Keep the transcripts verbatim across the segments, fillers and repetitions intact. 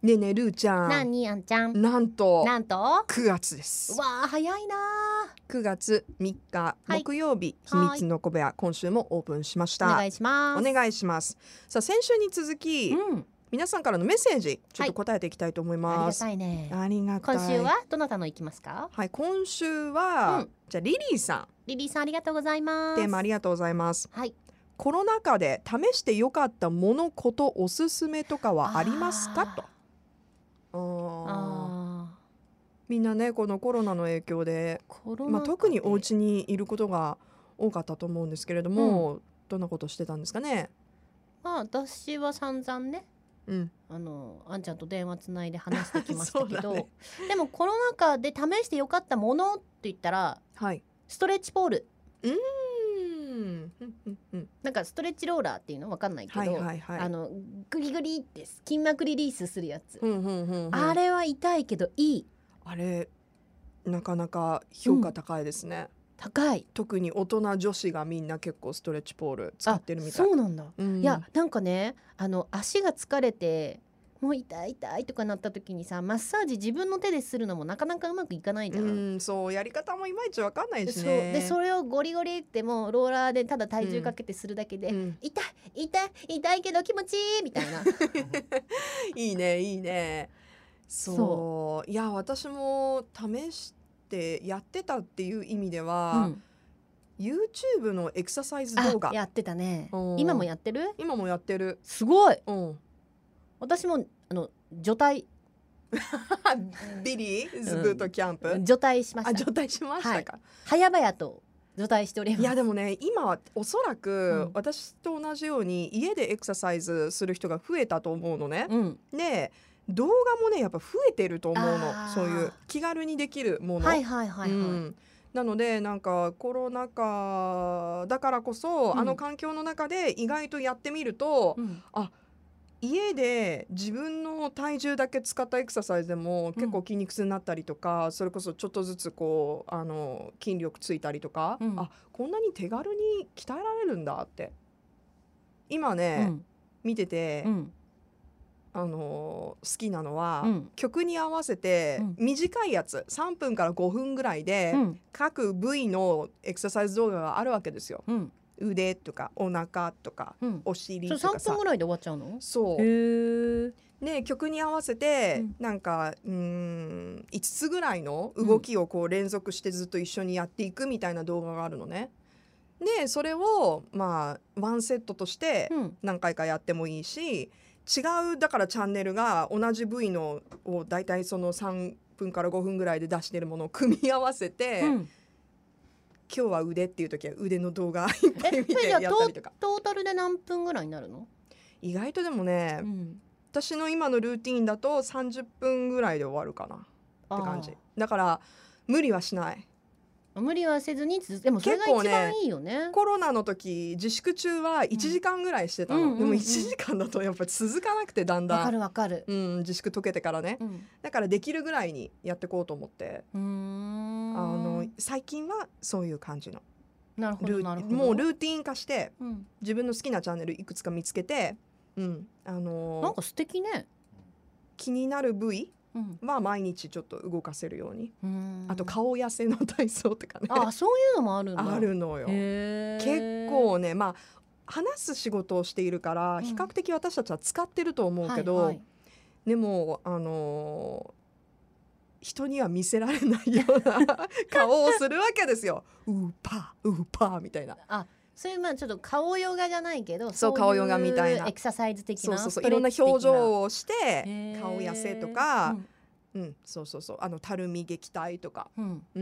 ねえねえルーちゃん、 なにあんちゃん、 なんとなんとくがつです。 うわー早いなくがつみっか、 はい木曜日、秘密の小部屋、今週もオープンしましー、 た。 お願いします。 お願いします。さあ先週に続き、 うん、 皆さんからのメッセージちょっと答えていきたいと思いありがます。 たいね。 ありがたい。 今週はどなたのいきますか？ はい、今週は、 うん、 じゃあリリーさリリーさんありがとうございまん、 す。 テーマありがとうございます。 はい。 コロナ禍で試してよかったものことおすすめとかはありますかと。あああみんなねこのコロナの影響で、 コロナ禍で、 まあ、特にお家にいることが多かったと思うんですけれども、うん、どんなことしてたんですかね。 まあ私は散々ね、 うん、 あのあんちゃんと電話つないで話してきましたけど、 ね、 でもコロナ禍で試してよかったものって言ったら、 はい、 ストレッチポール。 うーんなんかストレッチローラーっていうのわかんないけど、 はいはいはい、 あのグリグリって筋膜リリースするやつ、 うんうんうんうん、 あれは痛いけどいい。 あれなかなか評価高いですね、うん、 高い。 特に大人女子がみんな結構ストレッチポール使ってるみたい。 そうなんだ、 うん、 いやなんかね、あの足が疲れてもう痛い痛いとかなった時にさ、マッサージ自分の手でするのもなかなかうまくいかないじゃん。 うん、そうやり方もいまいちわかんないしね。 そうでそれをゴリゴリってもうローラーでただ体重かけてするだけで、うん、痛い痛い痛いけど気持ちいいみたいな。 いいねいいね。そう、そういや私も試してやってたっていう意味では、うん、YouTube のエクササイズ動画やってたね。今もやってる？ 今もやってる。 すごい、 うん、私もあの除隊ビリーズブートキャンプ、 うん、除隊しました。 あ、除隊しましたか、 はい、早々と除隊しております。 いやでもね今はおそらく私と同じように家でエクササイズする人が増えたと思うのね、うん、で動画もねやっぱ増えてると思うの。そういう気軽にできるもの、はいはいはいはい、うん、なのでなんかコロナ禍だからこそ、うん、あの環境の中で意外とやってみると、うん、あ家で自分の体重だけ使ったエクササイズでも結構筋肉痛になったりとか、うん、それこそちょっとずつこうあの筋力ついたりとか、うん、あこんなに手軽に鍛えられるんだって今ね、うん、見てて、うん、あの好きなのは、うん、曲に合わせて短いやつ、さんぷんからごふんぐらいで、うん、各部位のエクササイズ動画があるわけですよ、うん、腕とかお腹とか、うん、お尻とかさ。 それさんぷんぐらいで終わっちゃうの？ そうへで曲に合わせて、うん、なんかうーんいつつぐらいの動きをこう連続してずっと一緒にやっていくみたいな動画があるのね。でそれをまあワンセットとして何回かやってもいいし、違うだからチャンネルが同じ部位のをだいたいそのさんぷんからごふんぐらいで出してるものを組み合わせて、うん、今日は腕っていう時は腕の動画いっぱい見てやったりとか。 トータルで何分ぐらいになるの？ 意外とでもね、うん、私の今のルーティーンだとさんじゅっぷんぐらいで終わるかなって感じだから無理はしない。 無理はせずに、でもそれが一番いいよね。 ね、コロナの時自粛中はいちじかんぐらいしてたの、うん、でもいちじかんだとやっぱり続かなくてだんだんわかるわかる、 うん、自粛解けてからね、うん、だからできるぐらいにやってこうと思って、うーんあの最近はそういう感じのなるほどなるほどもうルーティン化して、うん、自分の好きなチャンネルいくつか見つけて、うんあのー、 なんか素敵ね。 気になる部位は毎日ちょっと動かせるように、うん、あと顔痩せの体操とかね。 あ、そういうのもあるんだ。 あるのよ。結構ね、まあ話す仕事をしているから比較的私たちは使ってると思うけど、うんはいはい、でもあのー、人には見せられないような顔をするわけですよ。ウーパーウーパーみたいな。 あ、そういうまあちょっと顔ヨガじゃないけど、 そう顔ヨガみたいなエクササイズ的な、 そうそうそういろんな表情をして顔痩せとか、うんうん、そうそうそうあのたるみ撃退とか、うんうん、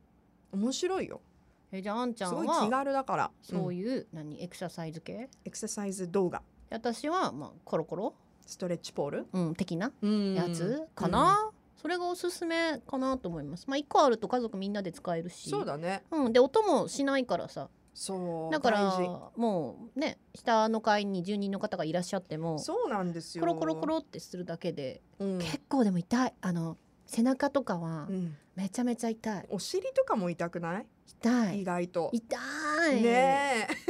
面白いよ。 えじゃああんちゃんはすごい気軽だからそういう、うん、何エクササイズ系エクササイズ動画。 私は、まあ、コロコロストレッチポール、 うん、的なやつかな、うん、それがおすすめかなと思います。まあいっこあると家族みんなで使えるし。 そうだね、 うん、で音もしないからさ。 そうだからもうね下の階に住人の方がいらっしゃってもそうなんですよコロコロコロってするだけで、うん、結構でも痛い。あの背中とかはめちゃめちゃ痛い、 うん、お尻とかも痛くない？ 痛い意外と痛いねえ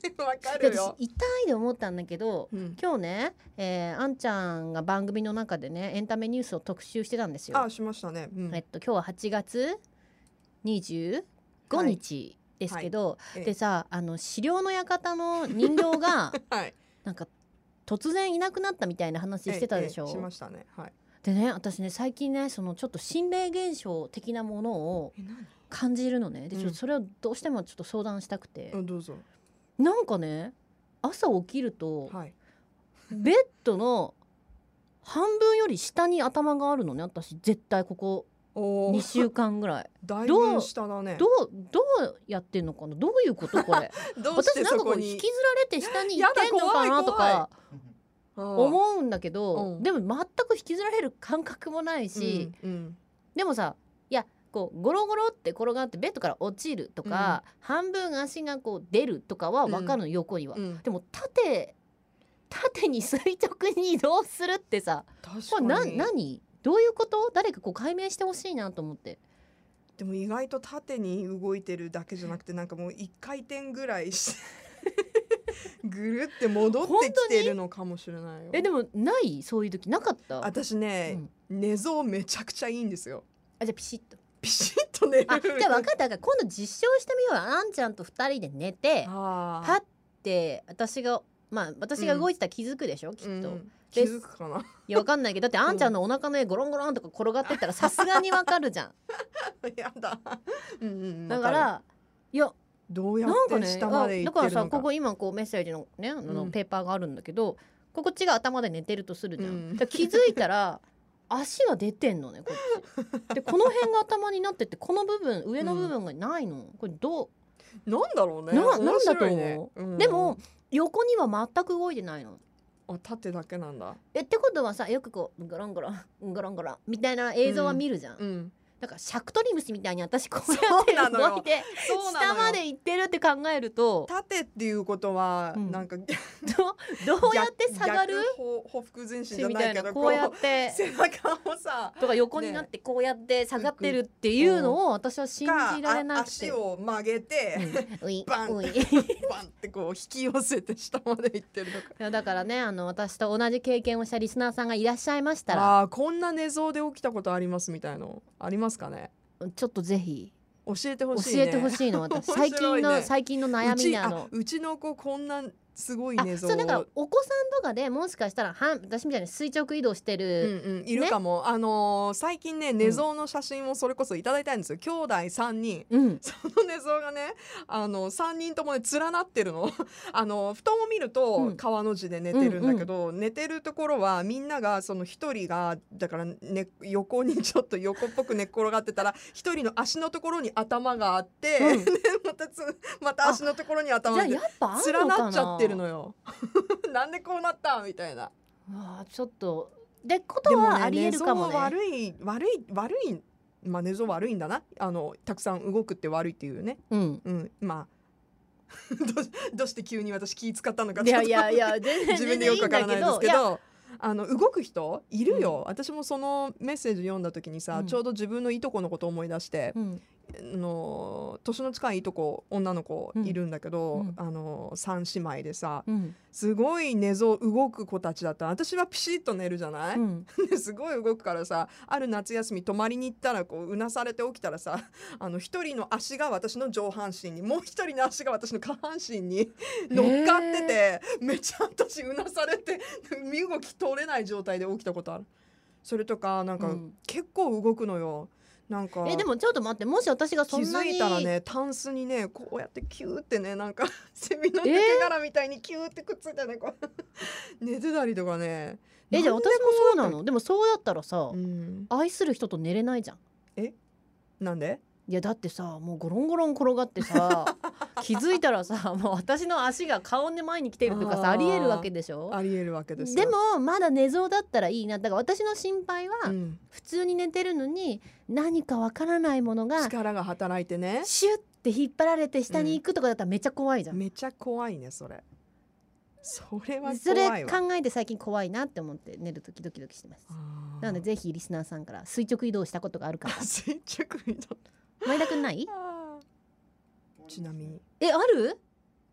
わかるよ。 私痛いで思ったんだけど、 うん、 今日ね、えー、あんちゃんが番組の中でねエンタメニュースを特集してたんですよ。 あ、しましたね。うん、 えっと今日ははちがつにじゅうごにちですけど、はいはい、でさ、あの資料の館の人形が、はい、なんか突然いなくなったみたいな話してたでしょ。 ええええ、しましたね。はい。 でね、私ね最近ねそのちょっと心霊現象的なものを感じるのね。でちょっとそれをどうしてもちょっと相談したくて、 うん、どうぞ。 なんかね朝起きると、はい、ベッドの半分より下に頭があるのね。私絶対ここにしゅうかんぐらいだいぶ下だね。 どうどうやってんのかな、どういうことこれどうしてそこに私なんかこう引きずられて下に行ってんのかなとか思うんだけど、でも全く引きずられる感覚もないし、うんうん、でもさ、いやこうゴロゴロって転がってベッドから落ちるとか、うん、半分足がこう出るとかは分かるの、うん、横には、うん、でも縦縦に垂直に移動するってさ、これな何どういうこと？誰かこう解明してほしいなと思って。 でも意外と縦に動いてるだけじゃなくて、なんかもう一回転ぐらいしてぐるって戻ってきてるのかもしれないよ。 えでもないそういう時なかった？ 私ね、うん、寝相めちゃくちゃいいんですよ。 あ、じゃあピシッとピシッと寝る。 あ、じゃあ分かったから今度実証してみようよ。あんちゃんとふたりで寝てパッて私がまあ私が動いてたら気づくでしょ、うん、きっと、うん、 気づくかな。 いや分かんないけど、だってあんちゃんのお腹の上ゴロンゴロンとか転がってったらさすがに分かるじゃんやだ、うんうん、 だからいやどうやって下まで行ってるのか、 ね、だからさここ今こうメッセージのねあの、うん、ペーパーがあるんだけど、こっちが頭で寝てるとするじゃん、うん、だ気づいたら足が出てんのねこっちでこの辺が頭になっててこの部分上の部分がないの、うん、これどうなんだろうね。 な、なんだと思う、うん、でも横には全く動いてないの。 あ、縦だけなんだ。 えってことはさ、よくこうゴロンゴロンゴロンゴロンみたいな映像は見るじゃん、うんうん、だからシャクトリムシみたいに私こうやって動いて下まで行ってるって考えると、 縦っていうことは、うん、なんかどどうやって下がるほふく前進じゃないけどこうやって背中をさとか横になってこうやって下がってるっていうのを私は信じられなくて、 足を曲げて、うん、バンバンってこう引き寄せて下まで行ってるとか。 いやだからね、あの私と同じ経験をしたリスナーさんがいらっしゃいましたら、 あ、こんな寝相で起きたことありますみたいのありますかね。 ちょっとぜひ教えてほしいね。 教えてほしいの私最近の、ね、最近の悩みなの。 うちの子こんなすごい寝相。 そうだからお子さんとかでもしかしたらは私みたいに垂直移動してる、 うんうん、いるかも、ね、あのー、最近ね寝相の写真をそれこそいただいたんですよ、うん、兄弟さんにん、うん、その寝相がねあのさんにんともね連なってるのあの布団を見ると川の字で寝てるんだけど、うんうんうん、寝てるところはみんながそのひとりがだから、ね、横にちょっと横っぽく寝っ転がってたらひとりの足のところに頭があって、うん、またつまた足のところに頭があって連なっちゃってるのよなんでこうなったみたいな。 あ、ちょっとでことはありえるかもね。 寝相悪い悪い悪い、まあ、寝相悪いんだな、あのたくさん動くって悪いっていうね、うんうん、まあど, どうして急に私気使ったのかちょっといやいやいや自分でよくわからないですけど、あの動く人いるよ、うん、私もそのメッセージ読んだ時にさ、うん、ちょうど自分のいとこのことを思い出して、うん、あの年の近いいとこ女の子いるんだけど、うん、あのさん姉妹でさ、うん、すごい寝相動く子たちだった。私はピシッと寝るじゃない、うん、すごい動くからさ、ある夏休み泊まりに行ったらこううなされて起きたらさ、あの一人の足が私の上半身にもう一人の足が私の下半身に乗っかってて、めっちゃ私うなされて身動き取れない状態で起きたことある。それとかなんか、うん、結構動くのよ。なんかえでもちょっと待って、もし私がそんなに気づいたらね、タンスにねこうやってキューってね、なんかセミの抜け殻みたいにキューってくっついてね、こう寝てたりとかね。 えじゃあ私もそうなの？でもそうやったらさ、うん、愛する人と寝れないじゃん。 えなんで？ いやだってさ、もうゴロンゴロン転がってさ気づいたらさ、もう私の足が顔の前に来てるとかさ、 あ, ありえるわけでしょ。 ありえるわけですよ。でもまだ寝相だったらいいな。だから私の心配は、うん、普通に寝てるのに何かわからないものが力が働いてね、 シュッて引っ張られて下に行くとかだったらめっちゃ怖いじゃん、 うん、めっちゃ怖いねそれ。それは怖いわ。 それ考えて最近怖いなって思って寝るときドキドキしてます。なのでぜひリスナーさんから垂直移動したことがある方垂直移動前田くんない？ ちなみにえある？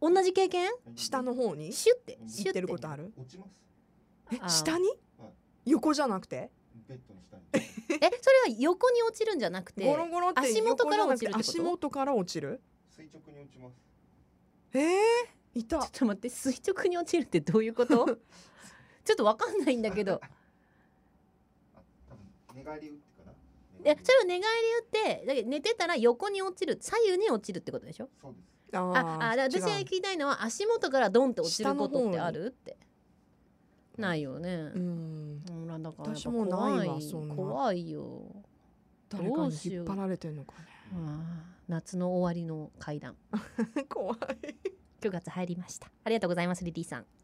同じ経験？ 下の方にシュッてシュッてることある？ 落ちます。 え、下に？横じゃなくて？ ベッドの下に。 え、それは横に落ちるんじゃなくて、 ゴロゴロって足元から落ちるってこと？ 足元から落ちる？ 垂直に落ちます。 えー、いた。 ちょっと待って、垂直に落ちるってどういうこと？ちょっとわかんないんだけど。 寝返り打ってかな。 え、それを寝返り打って、だけど寝てたら横に落ちる、左右に落ちるってことでしょ？ そうです。 ああ、私が聞きたいのは足元からドンって落ちることってあるって。ないよね。うん。だから私もないわ、そんな。 怖いよ。 誰かに引っ張られてんのかね。 夏の終わりの階段。 怖い。 くがつ入りました。ありがとうございます、リリーさん。